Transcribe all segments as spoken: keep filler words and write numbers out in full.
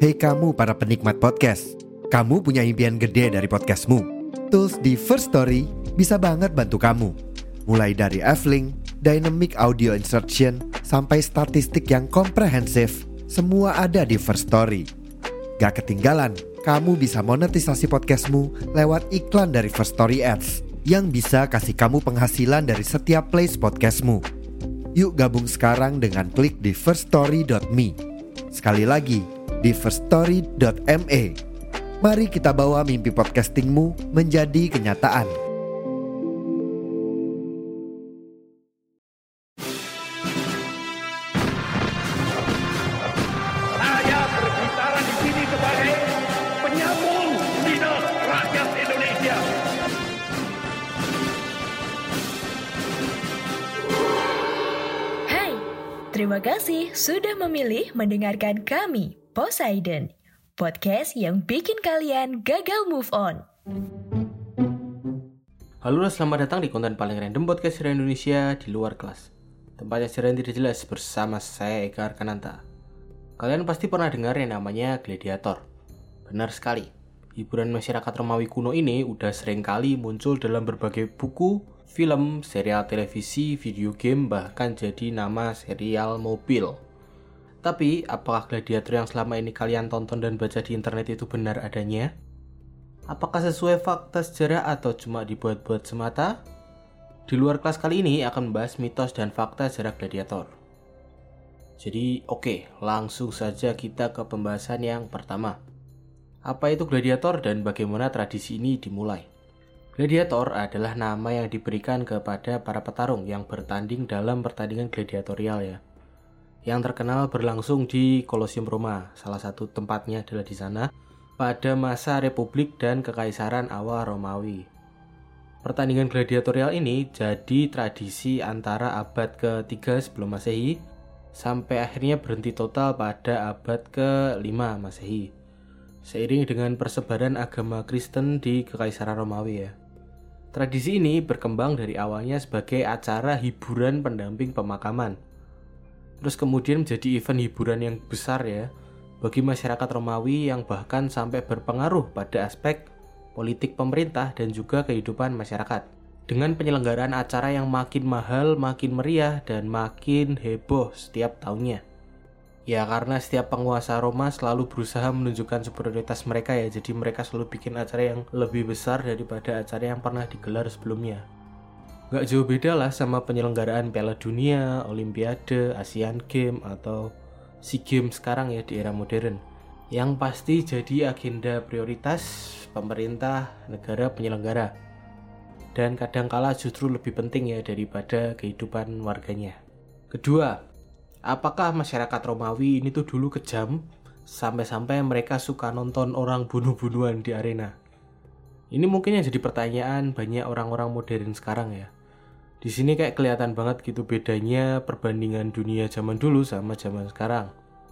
Hei kamu para penikmat podcast, kamu punya impian gede dari podcastmu? Tools di First Story bisa banget bantu kamu. Mulai dari F-Link, Dynamic Audio Insertion, sampai statistik yang komprehensif, semua ada di First Story. Gak ketinggalan, kamu bisa monetisasi podcastmu lewat iklan dari First Story Ads yang bisa kasih kamu penghasilan dari setiap plays podcastmu. Yuk gabung sekarang dengan klik di first story dot me. Sekali lagi, di first story dot me. Mari kita bawa mimpi podcastingmu menjadi kenyataan. Saya berbicara di sini sebagai penyambung lidah rakyat Indonesia. Hai, terima kasih sudah memilih mendengarkan kami, Poseidon, podcast yang bikin kalian gagal move on. Halo, selamat datang di konten paling random podcast sejarah Indonesia di luar kelas. Tempatnya sejarah yang tidak jelas bersama saya Eka Arkananta. Kalian pasti pernah dengar yang namanya gladiator. Benar sekali. Hiburan masyarakat Romawi kuno ini udah sering kali muncul dalam berbagai buku, film, serial televisi, video game, bahkan jadi nama serial mobil. Tapi, apakah gladiator yang selama ini kalian tonton dan baca di internet itu benar adanya? Apakah sesuai fakta sejarah atau cuma dibuat-buat semata? Di luar kelas kali ini akan membahas mitos dan fakta sejarah gladiator. Jadi, oke, langsung saja kita ke pembahasan yang pertama. Apa itu gladiator dan bagaimana tradisi ini dimulai? Gladiator adalah nama yang diberikan kepada para petarung yang bertanding dalam pertandingan gladiatorial ya. Yang terkenal berlangsung di Kolosium Roma, salah satu tempatnya adalah di sana, pada masa Republik dan Kekaisaran awal Romawi. Pertandingan gladiatorial ini jadi tradisi antara abad ketiga sebelum Masehi sampai akhirnya berhenti total pada abad kelima Masehi. Seiring dengan persebaran agama Kristen di Kekaisaran Romawi ya. Tradisi ini berkembang dari awalnya sebagai acara hiburan pendamping pemakaman. Terus kemudian menjadi event hiburan yang besar ya bagi masyarakat Romawi yang bahkan sampai berpengaruh pada aspek politik pemerintah dan juga kehidupan masyarakat. Dengan penyelenggaraan acara yang makin mahal, makin meriah, dan makin heboh setiap tahunnya. Ya karena setiap penguasa Roma selalu berusaha menunjukkan superioritas mereka ya. Jadi mereka selalu bikin acara yang lebih besar daripada acara yang pernah digelar sebelumnya. Gak jauh beda lah sama penyelenggaraan Piala Dunia, Olimpiade, Asian Games, atau SEA Games sekarang ya di era modern. Yang pasti jadi agenda prioritas pemerintah negara penyelenggara. Dan kadangkala justru lebih penting ya daripada kehidupan warganya. Kedua, apakah masyarakat Romawi ini tuh dulu kejam sampai-sampai mereka suka nonton orang bunuh-bunuhan di arena? Ini mungkin yang jadi pertanyaan banyak orang-orang modern sekarang ya. Di sini kayak kelihatan banget gitu bedanya perbandingan dunia zaman dulu sama zaman sekarang.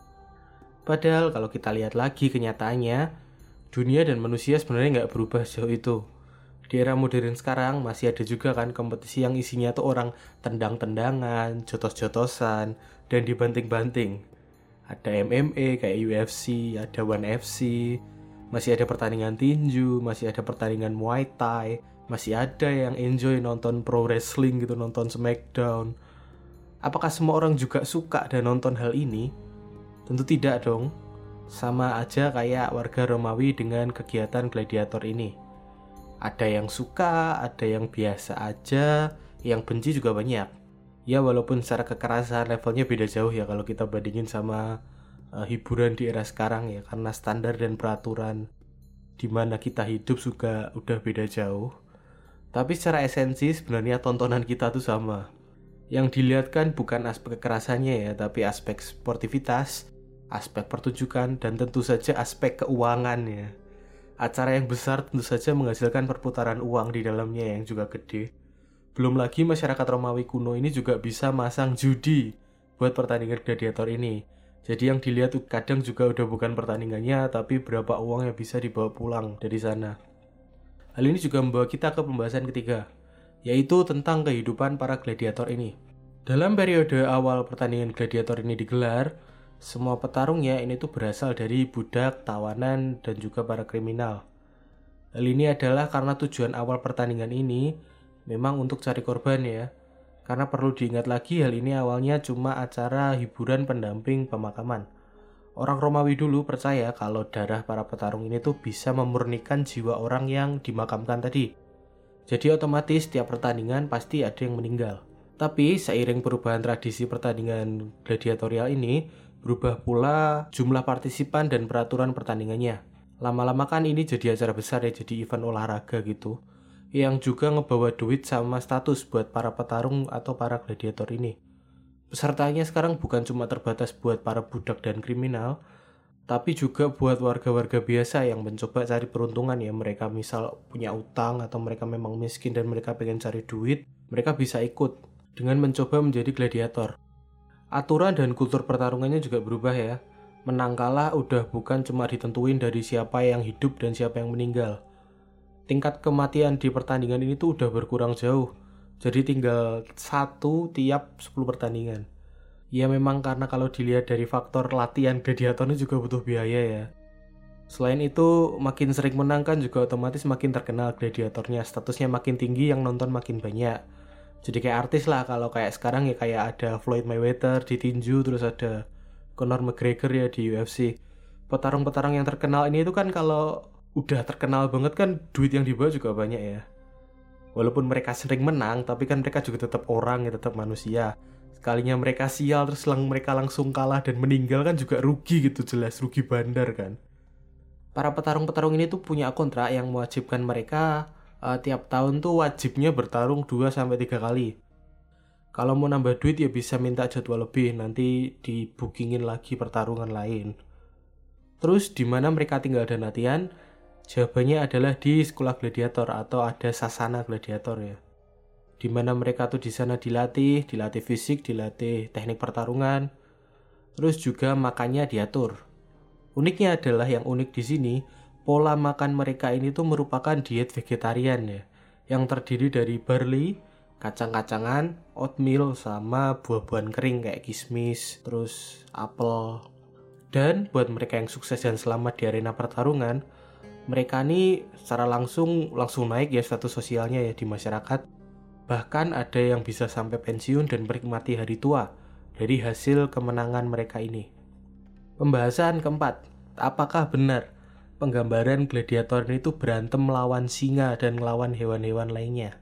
Padahal kalau kita lihat lagi kenyataannya, dunia dan manusia sebenarnya nggak berubah sejauh itu. Di era modern sekarang masih ada juga kan kompetisi yang isinya tuh orang tendang-tendangan, jotos-jotosan, dan dibanting-banting. Ada M M A kayak U F C, ada One F C, masih ada pertandingan tinju, masih ada pertandingan Muay Thai, masih ada yang enjoy nonton pro wrestling gitu, nonton Smackdown. Apakah semua orang juga suka dan nonton hal ini? Tentu tidak dong. Sama aja kayak warga Romawi dengan kegiatan gladiator ini. Ada yang suka, ada yang biasa aja, yang benci juga banyak. Ya walaupun secara kekerasan levelnya beda jauh ya kalau kita bandingin sama uh, hiburan di era sekarang ya. Karena standar dan peraturan di mana kita hidup juga udah beda jauh. Tapi secara esensi sebenarnya tontonan kita tuh sama. Yang dilihatkan bukan aspek kekerasannya ya, tapi aspek sportivitas, aspek pertunjukan, dan tentu saja aspek keuangan ya. Acara yang besar tentu saja menghasilkan perputaran uang di dalamnya yang juga gede. Belum lagi masyarakat Romawi kuno ini juga bisa masang judi buat pertandingan gladiator ini. Jadi yang dilihat kadang juga udah bukan pertandingannya, tapi berapa uang yang bisa dibawa pulang dari sana. Hal ini juga membawa kita ke pembahasan ketiga, yaitu tentang kehidupan para gladiator ini. Dalam periode awal pertandingan gladiator ini digelar, Semua petarungnya ini tuh berasal dari budak, tawanan, dan juga para kriminal. Hal ini adalah karena tujuan awal pertandingan ini memang untuk cari korban ya. Karena perlu diingat lagi hal ini awalnya cuma acara hiburan pendamping pemakaman. Orang Romawi dulu percaya kalau darah para petarung ini tuh bisa memurnikan jiwa orang yang dimakamkan tadi. Jadi otomatis tiap pertandingan pasti ada yang meninggal. Tapi seiring perubahan tradisi pertandingan gladiatorial ini, berubah pula jumlah partisipan dan peraturan pertandingannya. Lama-lama kan ini jadi acara besar ya, jadi event olahraga gitu. Yang juga ngebawa duit sama status buat para petarung atau para gladiator ini. Pesertanya sekarang bukan cuma terbatas buat para budak dan kriminal, tapi juga buat warga-warga biasa yang mencoba cari peruntungan ya. Mereka misal punya utang atau mereka memang miskin dan mereka pengen cari duit, mereka bisa ikut dengan mencoba menjadi gladiator. Aturan dan kultur pertarungannya juga berubah ya. Menang kalah udah bukan cuma ditentuin dari siapa yang hidup dan siapa yang meninggal. Tingkat kematian di pertandingan ini tuh udah berkurang jauh. Jadi tinggal satu tiap sepuluh pertandingan. Ya memang karena kalau dilihat dari faktor latihan gladiatornya juga butuh biaya ya. Selain itu makin sering menang kan juga otomatis makin terkenal gladiatornya. Statusnya makin tinggi, yang nonton makin banyak. Jadi kayak artis lah, kalau kayak sekarang ya kayak ada Floyd Mayweather di tinju, terus ada Conor McGregor ya di U F C. Petarung-petarung yang terkenal ini itu kan kalau udah terkenal banget kan duit yang dibawa juga banyak ya. Walaupun mereka sering menang, tapi kan mereka juga tetap orang ya, tetap manusia. Sekalinya mereka sial terus lang mereka langsung kalah dan meninggal kan juga rugi gitu, jelas rugi bandar kan. Para petarung-petarung ini tuh punya kontrak yang mewajibkan mereka uh, tiap tahun tuh wajibnya bertarung dua sampai tiga kali. Kalau mau nambah duit ya bisa minta jadwal lebih, nanti dibookingin lagi pertarungan lain. Terus di mana mereka tinggal dan latihan? Jawabannya adalah di sekolah gladiator atau ada sasana gladiator ya. Di mana mereka tuh di sana dilatih, dilatih fisik, dilatih teknik pertarungan. Terus juga makannya diatur. Uniknya adalah yang unik di sini, pola makan mereka ini tuh merupakan diet vegetarian ya, yang terdiri dari barley, kacang-kacangan, oatmeal, sama buah-buahan kering kayak kismis, terus apel. Dan buat mereka yang sukses dan selamat di arena pertarungan, mereka ini secara langsung langsung naik ya status sosialnya ya di masyarakat. Bahkan ada yang bisa sampai pensiun dan menikmati hari tua dari hasil kemenangan mereka ini. Pembahasan keempat, apakah benar penggambaran gladiator ini tuh berantem melawan singa dan melawan hewan-hewan lainnya?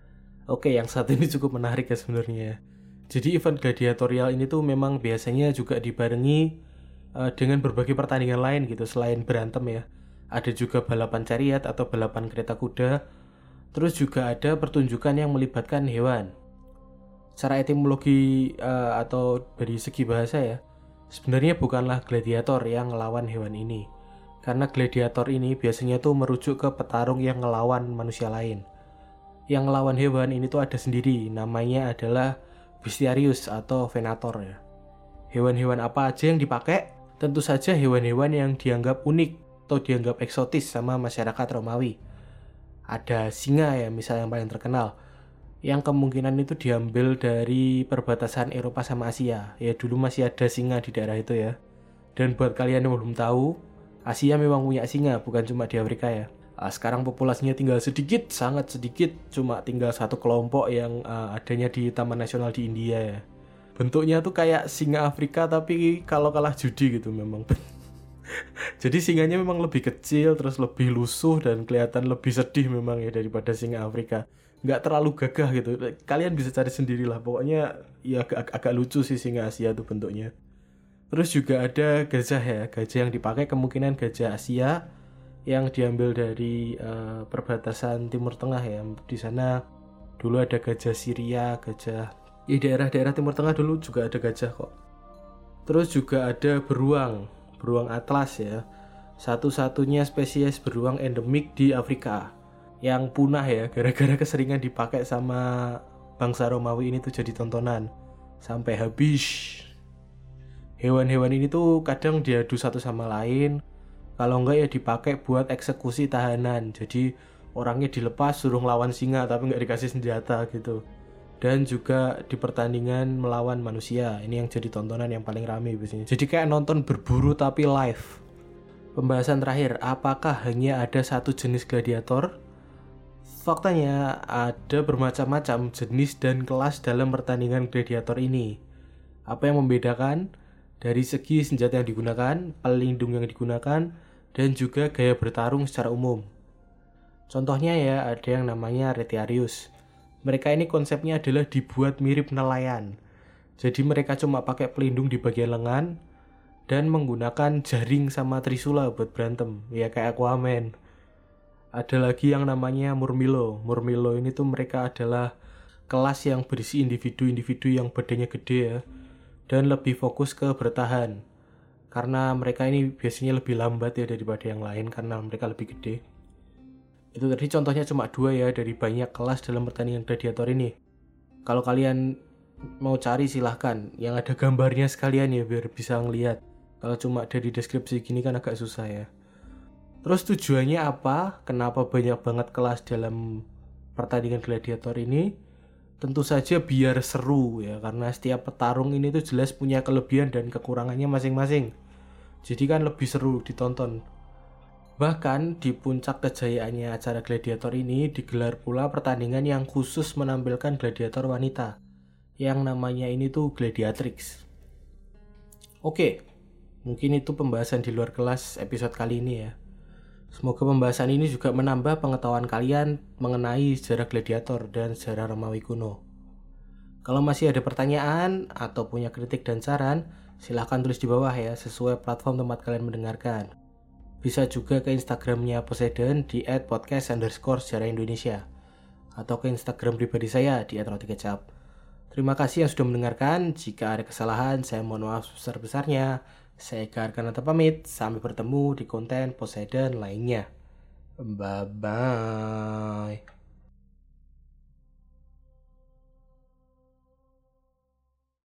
Oke, yang satu ini cukup menarik ya sebenarnya. Jadi event gladiatorial ini tuh memang biasanya juga dibarengi uh, dengan berbagai pertandingan lain gitu selain berantem ya. Ada juga balapan chariot atau balapan kereta kuda. Terus juga ada pertunjukan yang melibatkan hewan. Secara etimologi uh, atau dari segi bahasa ya, sebenarnya bukanlah gladiator yang ngelawan hewan ini. Karena gladiator ini biasanya tuh merujuk ke petarung yang ngelawan manusia lain. Yang ngelawan hewan ini tuh ada sendiri, namanya adalah bestiarius atau venator ya. Hewan-hewan apa aja yang dipakai? Tentu saja hewan-hewan yang dianggap unik atau dianggap eksotis sama masyarakat Romawi. Ada singa ya, misalnya yang paling terkenal, yang kemungkinan itu diambil dari perbatasan Eropa sama Asia. Ya dulu masih ada singa di daerah itu ya. Dan buat kalian yang belum tahu, Asia memang punya singa, bukan cuma di Afrika ya. Uh, sekarang populasinya tinggal sedikit, sangat sedikit, cuma tinggal satu kelompok yang uh, adanya di Taman Nasional di India ya. Bentuknya tuh kayak singa Afrika tapi kalau kalah judi gitu memang. Jadi singanya memang lebih kecil, terus lebih lusuh dan kelihatan lebih sedih memang ya daripada singa Afrika. Nggak terlalu gagah gitu. Kalian bisa cari sendirilah. Pokoknya ya agak, agak lucu sih singa Asia tuh bentuknya. Terus juga ada gajah ya. Gajah yang dipakai kemungkinan gajah Asia yang diambil dari uh, perbatasan Timur Tengah ya. Di sana dulu ada gajah Syria, gajah di daerah-daerah Timur Tengah dulu juga ada gajah kok. Terus juga ada beruang. Beruang atlas ya, satu-satunya spesies beruang endemik di Afrika yang punah ya, gara-gara keseringan dipakai sama bangsa Romawi ini tuh jadi tontonan sampai habis. Hewan-hewan ini tuh kadang diadu satu sama lain, kalau enggak ya dipakai buat eksekusi tahanan. Jadi orangnya dilepas suruh ngelawan singa tapi nggak dikasih senjata gitu. dan juga di pertandingan melawan manusia. Ini yang jadi tontonan yang paling rame biasanya. Jadi kayak nonton berburu tapi live. Pembahasan terakhir, apakah hanya ada satu jenis gladiator? Faktanya ada bermacam-macam jenis dan kelas dalam pertandingan gladiator ini. Apa yang membedakan? Dari segi senjata yang digunakan, pelindung yang digunakan, dan juga gaya bertarung secara umum. Contohnya ya, ada yang namanya retiarius. Mereka ini konsepnya adalah dibuat mirip nelayan. Jadi mereka cuma pakai pelindung di bagian lengan dan menggunakan jaring sama trisula buat berantem, ya kayak Aquaman. Ada lagi yang namanya Murmillo. Murmillo ini tuh mereka adalah kelas yang berisi individu-individu yang badannya gede ya, dan lebih fokus ke bertahan. Karena mereka ini biasanya lebih lambat ya daripada yang lain karena mereka lebih gede. Itu tadi contohnya cuma dua ya dari banyak kelas dalam pertandingan gladiator ini. Kalau kalian mau cari silahkan, yang ada gambarnya sekalian ya biar bisa ngelihat. Kalau cuma dari deskripsi gini kan agak susah ya. Terus tujuannya apa? Kenapa banyak banget kelas dalam pertandingan gladiator ini? Tentu saja biar seru ya, karena setiap petarung ini tuh jelas punya kelebihan dan kekurangannya masing-masing. Jadi kan lebih seru ditonton. Bahkan di puncak kejayaannya acara gladiator ini digelar pula pertandingan yang khusus menampilkan gladiator wanita. Yang namanya ini tuh gladiatrix. Oke, mungkin itu pembahasan di luar kelas episode kali ini ya. Semoga pembahasan ini juga menambah pengetahuan kalian mengenai sejarah gladiator dan sejarah Romawi kuno. Kalau masih ada pertanyaan atau punya kritik dan saran, silahkan tulis di bawah ya, sesuai platform tempat kalian mendengarkan. Bisa juga ke Instagramnya Poseidon di et podcast underscore sejarah Indonesia, atau ke Instagram pribadi saya di et roti kecap. Terima kasih yang sudah mendengarkan. Jika ada kesalahan, saya mohon maaf sebesar-besarnya. Saya Eka Arkananta pamit, sampai bertemu di konten Poseidon lainnya. Bye-bye.